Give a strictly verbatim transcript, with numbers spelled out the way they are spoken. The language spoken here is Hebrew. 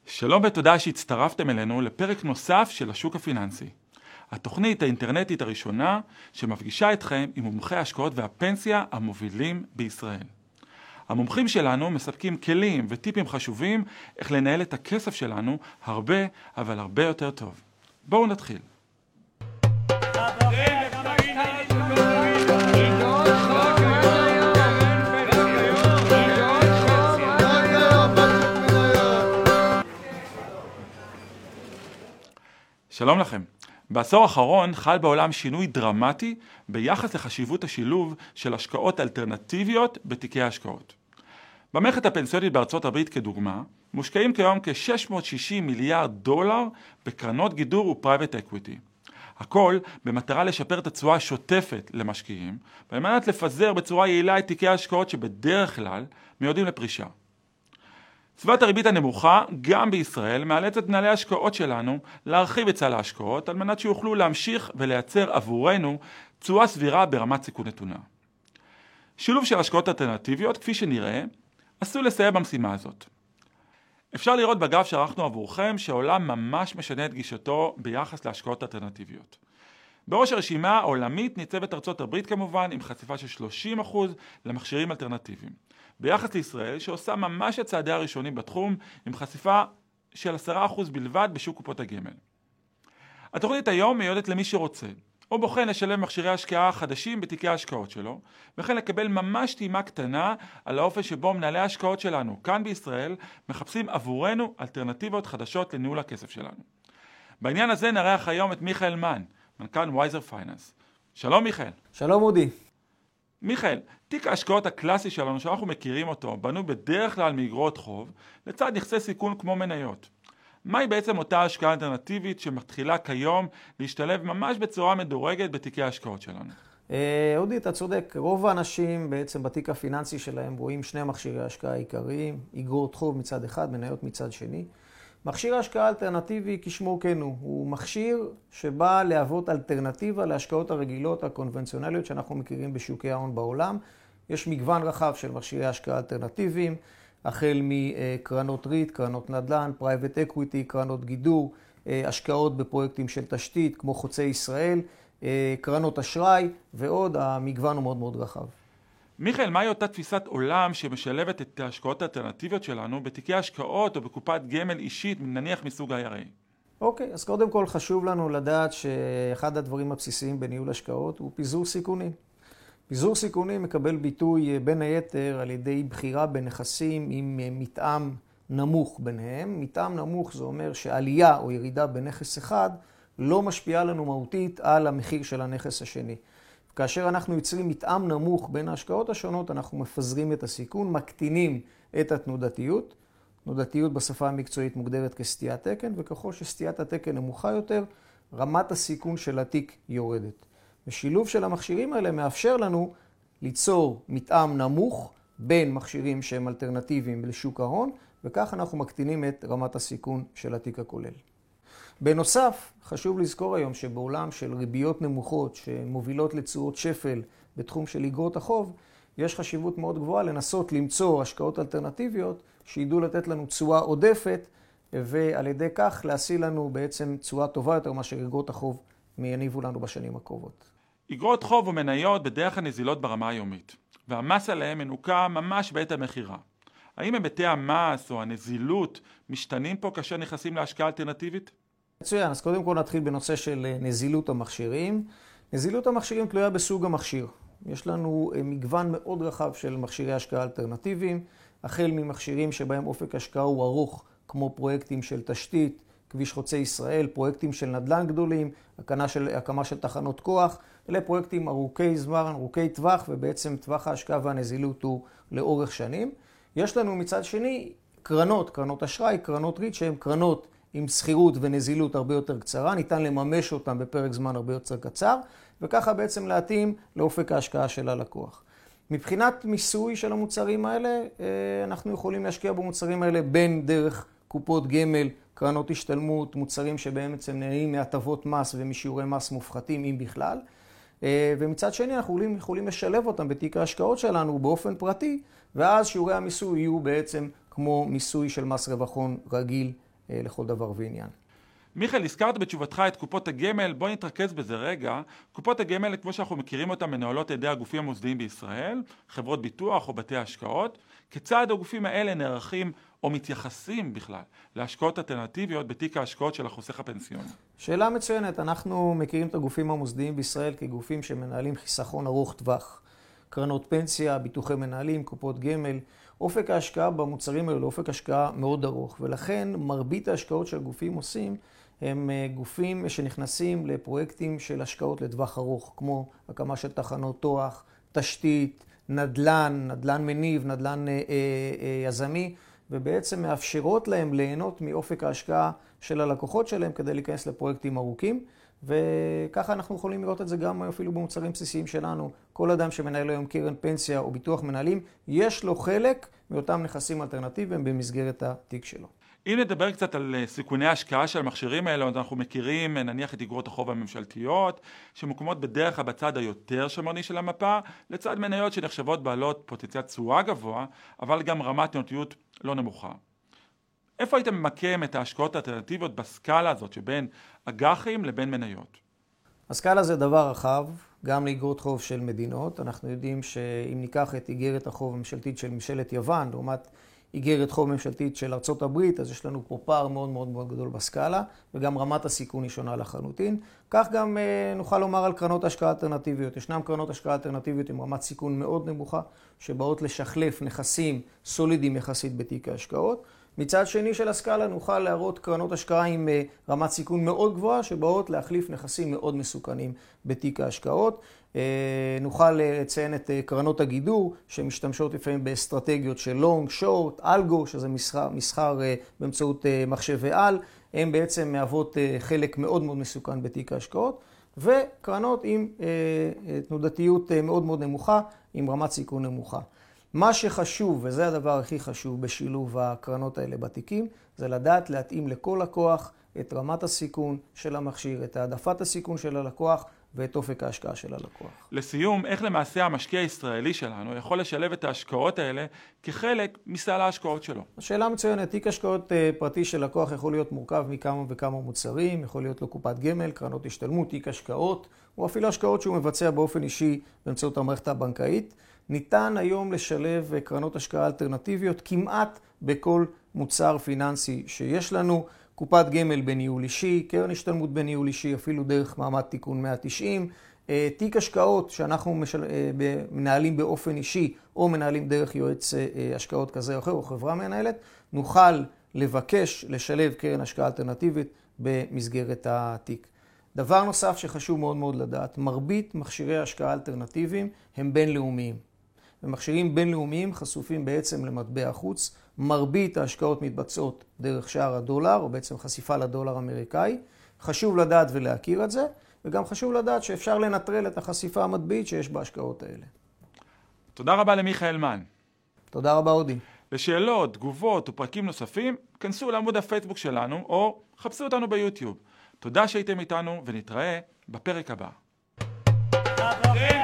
שלום ותודה שהצטרפתם אלינו לפרק נוסף של השוק הפיננסי. התוכנית האינטרנטית הראשונה שמפגישה אתכם עם מומחי ההשקעות והפנסיה המובילים בישראל. המומחים שלנו מספקים כלים וטיפים חשובים איך לנהל את הכסף שלנו הרבה אבל הרבה יותר טוב. בואו נתחיל. שלום לכם. בעשור האחרון חל בעולם שינוי דרמטי ביחס לחשיבות השילוב של השקעות אלטרנטיביות בתיקי ההשקעות. במערכת הפנסיונית בארצות הברית כדוגמה, מושקעים כיום כ-שש מאות ושישים מיליארד דולר בקרנות גידור ופרייבט אקוויטי. הכל במטרה לשפר את התשואה השוטפת למשקיעים, ועל מנת לפזר בצורה יעילה את תיקי ההשקעות שבדרך כלל מיועדים לפרישה. סביבת הריבית הנמוכה, גם בישראל, מאלצת מנהלי ההשקעות שלנו להרחיב את סל ההשקעות על מנת שיוכלו להמשיך ולייצר עבורנו תשואה סבירה ברמת סיכון נתונה. שילוב של השקעות אלטרנטיביות, כפי שנראה, עשוי לסייע במשימה הזאת. אפשר לראות בגרף שערכנו עבורכם שהעולם ממש משנה את גישתו ביחס להשקעות אלטרנטיביות. בראש הרשימה העולמית ניצבת ארצות הברית כמובן עם חשיפה של שלושים אחוז למכשירים אלטרנטיביים. ביחס לישראל שעושה ממש את צעדי הראשונים בתחום עם חשיפה של עשרה אחוז בלבד בשוק קופות הגמל. התוכנית היום מיועדת למי שרוצה או בוחן לשלם מכשירי השקעה חדשים בתיקי ההשקעות שלו, וכן לקבל ממש טעימה קטנה על האופן שבו מנהלי ההשקעות שלנו כאן בישראל מחפשים עבורנו אלטרנטיבות חדשות לניהול הכסף שלנו. בעניין הזה נארח היום את מיכאל מן, מנכ"ל וייזר פייננס. שלום מיכאל. שלום אודי. מיכאל, תיק ההשקעות הקלאסי שלנו שאנחנו מכירים אותו בנו בדרך כלל מאגרות חוב לצד נכסי סיכון כמו מניות. מהי בעצם אותה השקעה אלטרנטיבית שמתחילה כיום להשתלב ממש בצורה מדורגת בתיקי ההשקעות שלנו? אודי, אתה צודק. רוב האנשים בעצם בתיק הפיננסי שלהם רואים שני מכשירי השקעה עיקריים, אגרות חוב מצד אחד, מניות מצד שני. מכשיר השקעה אלטרנטיבי כשמו כן הוא, הוא מכשיר שבא להוות אלטרנטיבה להשקעות הרגילות הקונבנציונליות שאנחנו מכירים בשוקי ההון בעולם. יש מגוון רחב של מכשירי השקעה אלטרנטיביים, החל מקרנות ריט, קרנות נדל"ן, פרייבט אקוויטי, קרנות גידור, השקעות בפרויקטים של תשתית כמו חוצי ישראל, קרנות אשראי ועוד. המגוון הוא מאוד מאוד רחב. מיכאל, מהי אותה תפיסת עולם שמשלבת את ההשקעות האלטרנטיביות שלנו בתיקי השקעות או בקופת גמל אישית, נניח מסוג איי אר איי? אוקיי, אז קודם כל חשוב לנו לדעת שאחד הדברים הבסיסיים בניהול השקעות הוא פיזור סיכונים. פיזור סיכונים מקבל ביטוי בין היתר על ידי בחירה בנכסים עם מתאם נמוך ביניהם. מתאם נמוך זה אומר שעלייה או ירידה בנכס אחד לא משפיעה לנו מהותית על המחיר של הנכס השני. כאשר אנחנו יוצרים מתאם נמוך בין ההשקעות השונות, אנחנו מפזרים את הסיכון, מקטינים את התנודתיות. תנודתיות בשפה המקצועית מוגדרת כסטיית תקן, וככל שסטיית התקן נמוכה יותר, רמת הסיכון של התיק יורדת. ושילוב של המכשירים האלה מאפשר לנו ליצור מתאם נמוך בין מכשירים שהם אלטרנטיביים לשוק ההון, וכך אנחנו מקטינים את רמת הסיכון של התיק הכולל. בנוסף, חשוב לזכור היום שבעולם של ריביות נמוכות שמובילות לתשואות שפל בתחום של אגרות החוב, יש חשיבות מאוד גבוהה לנסות למצוא השקעות אלטרנטיביות שידעו לתת לנו תשואה עודפת, ועל ידי כך להשיא לנו בעצם תשואה טובה יותר מאשר אגרות החוב יניבו לנו בשנים הקרובות. אגרות חוב ומניות בדרך כלל נזילות ברמה היומית, והמס עליהם מנוקה ממש בעת המכירה. האם היבטי המס או הנזילות משתנים פה כאשר נכנסים להשקעה אלטרנטיבית? מצוין, אז קודם כל נתחיל בנושא של נזילות המכשירים. נזילות המכשירים תלויה בסוג המכשיר. יש לנו מגוון מאוד רחב של מכשירי השקעה אלטרנטיביים, החל ממכשירים שבהם אופק השקעה הוא ארוך, כמו פרויקטים של תשתית, כביש חוצי ישראל, פרויקטים של נדל"ן גדולים, הקמה של, הקמה של תחנות כוח, אלה פרויקטים ארוכי זמן, ארוכי טווח, ובעצם טווח ההשקעה והנזילות הוא לאורך שנים. יש לנו מצד שני קרנות, קרנות אשראי, קרנות ריט, שהן קרנות עם סחירות ונזילות הרבה יותר קצרה, ניתן לממש אותם בפרק זמן הרבה יותר קצר, וככה בעצם להתאים לאופק ההשקעה של הלקוח. מבחינת מיסוי של המוצרים האלה, אנחנו יכולים להשקיע במוצרים האלה בין דרך קופות גמל, קרנות השתלמות, מוצרים שבהם בעצם נהנים מהטבות מס ומשיעורי מס מופחתים, אם בכלל. ומצד שני אנחנו יכולים לשלב אותם בתיק ההשקעות שלנו באופן פרטי, ואז שיעורי המיסוי יהיו בעצם כמו מיסוי של מס רווח הון רגיל לכל דבר ועניין. מיכאל, הזכרת בתשובתך את קופות הגמל, בוא נתרכז בזה רגע. קופות הגמל, כמו שאנחנו מכירים אותן, מנוהלות על ידי הגופים המוסדיים בישראל, חברות ביטוח או בתי השקעות. כיצד הגופים האלה נערכים או מתייחסים בכלל להשקעות אלטרנטיביות בתיק ההשקעות של החוסך הפנסיוני? שאלה מצוינת. אנחנו מכירים את הגופים המוסדיים בישראל כגופים שמנהלים חיסכון ארוך טווח. קרנות פנסיה, ביטוחי מנהלים, קופות גמל. אופק ההשקעה במוצרים האלו, אופק השקעה מאוד ארוך, ולכן מרבית ההשקעות שהגופים עושים הם גופים שנכנסים לפרויקטים של השקעות לטווח ארוך, כמו הקמה של תחנות כוח, תשתית, נדל"ן, נדל"ן מניב, נדל"ן אה, אה, יזמי, ובעצם מאפשרות להם ליהנות מאופק ההשקעה של הלקוחות שלהם כדי להיכנס לפרויקטים ארוכים, וככה אנחנו יכולים לראות את זה גם אפילו במוצרים בסיסיים שלנו. כל אדם שמנהל היום קרן פנסיה או ביטוח מנהלים, יש לו חלק מאותם נכסים אלטרנטיביים במסגרת התיק שלו. אם נדבר קצת על סיכוני ההשקעה של המכשירים האלה, אנחנו מכירים נניח את אגרות החוב הממשלתיות, שמוקמות בדרך כלל בצד היותר שמרני של המפה, לצד מניות שנחשבות בעלות פוטנציאל תשואה גבוה, אבל גם רמת תנודתיות לא נמוכה. איפה היית ממקם את ההשקעות האלטרנטיביות בסקאלה הזאת שבין אג"חים לבין מניות? הסקאלה זה דבר רחב, גם לאגרות חוב של מדינות. אנחנו יודעים שאם ניקח את איגרת החוב הממשלתית של ממשלת יוון, לעומת איגרת חוב ממשלתית של ארצות הברית, אז יש לנו פה פער מאוד מאוד מאוד גדול בסקאלה, וגם רמת הסיכון היא שונה לחלוטין. כך גם אה, נוכל לומר על קרנות השקעה אלטרנטיביות. ישנם קרנות השקעה אלטרנטיביות עם רמת סיכון מאוד נמוכה, שבאות לשחלף נכסים סולידיים יחסית בתיק ההשקעות. מצד שני של הסקאלה נוכל להראות קרנות השקעה עם רמת סיכון מאוד גבוהה, שבאות להחליף נכסים מאוד מסוכנים בתיק ההשקעות. נוכל לציין את קרנות הגידור, שמשתמשות לפעמים באסטרטגיות של לונג, שורט, אלגו, שזה מסחר, מסחר באמצעות מחשבי על. הן בעצם מהוות חלק מאוד מאוד מסוכן בתיק ההשקעות. וקרנות עם תנודתיות מאוד מאוד נמוכה, עם רמת סיכון נמוכה. מה שחשוב, וזה הדבר הכי חשוב בשילוב הקרנות האלה בתיקים, זה לדעת להתאים לכל לקוח את רמת הסיכון של המכשיר, את העדפת הסיכון של הלקוח ואת אופק ההשקעה של הלקוח. לסיום, איך למעשה המשקיע הישראלי שלנו יכול לשלב את ההשקעות האלה כחלק מסל ההשקעות שלו? השאלה מצוינת. תיק השקעות פרטי של לקוח יכול להיות מורכב מכמה וכמה מוצרים, יכול להיות לו קופת גמל, קרנות השתלמות, תיק השקעות, או אפילו השקעות שהוא מבצע באופן אישי באמצעות המערכת הבנקאית. ניתן היום לשלב קרנות השקעה אלטרנטיביות כמעט בכל מוצר פיננסי שיש לנו. קופת גמל בניהול אישי, קרן השתלמות בניהול אישי, אפילו דרך מעמד תיקון מאה תשעים. תיק השקעות שאנחנו משל... מנהלים באופן אישי או מנהלים דרך יועץ השקעות כזה או אחר או חברה מנהלת, נוכל לבקש לשלב קרן השקעה אלטרנטיבית במסגרת התיק. דבר נוסף שחשוב מאוד מאוד לדעת, מרבית מכשירי ההשקעה האלטרנטיביים הם בינלאומיים. ומכשירים בינלאומיים חשופים בעצם למטבע חוץ. מרבית ההשקעות מתבצעות דרך שער הדולר, או בעצם חשיפה לדולר האמריקאי. חשוב לדעת ולהכיר את זה, וגם חשוב לדעת שאפשר לנטרל את החשיפה המטבעית שיש בהשקעות האלה. תודה רבה למיכאל מן. תודה רבה אודי. לשאלות, תגובות ופרקים נוספים, כנסו לעמוד הפייסבוק שלנו, או חפשו אותנו ביוטיוב. תודה שהייתם איתנו, ונתראה בפרק הבא.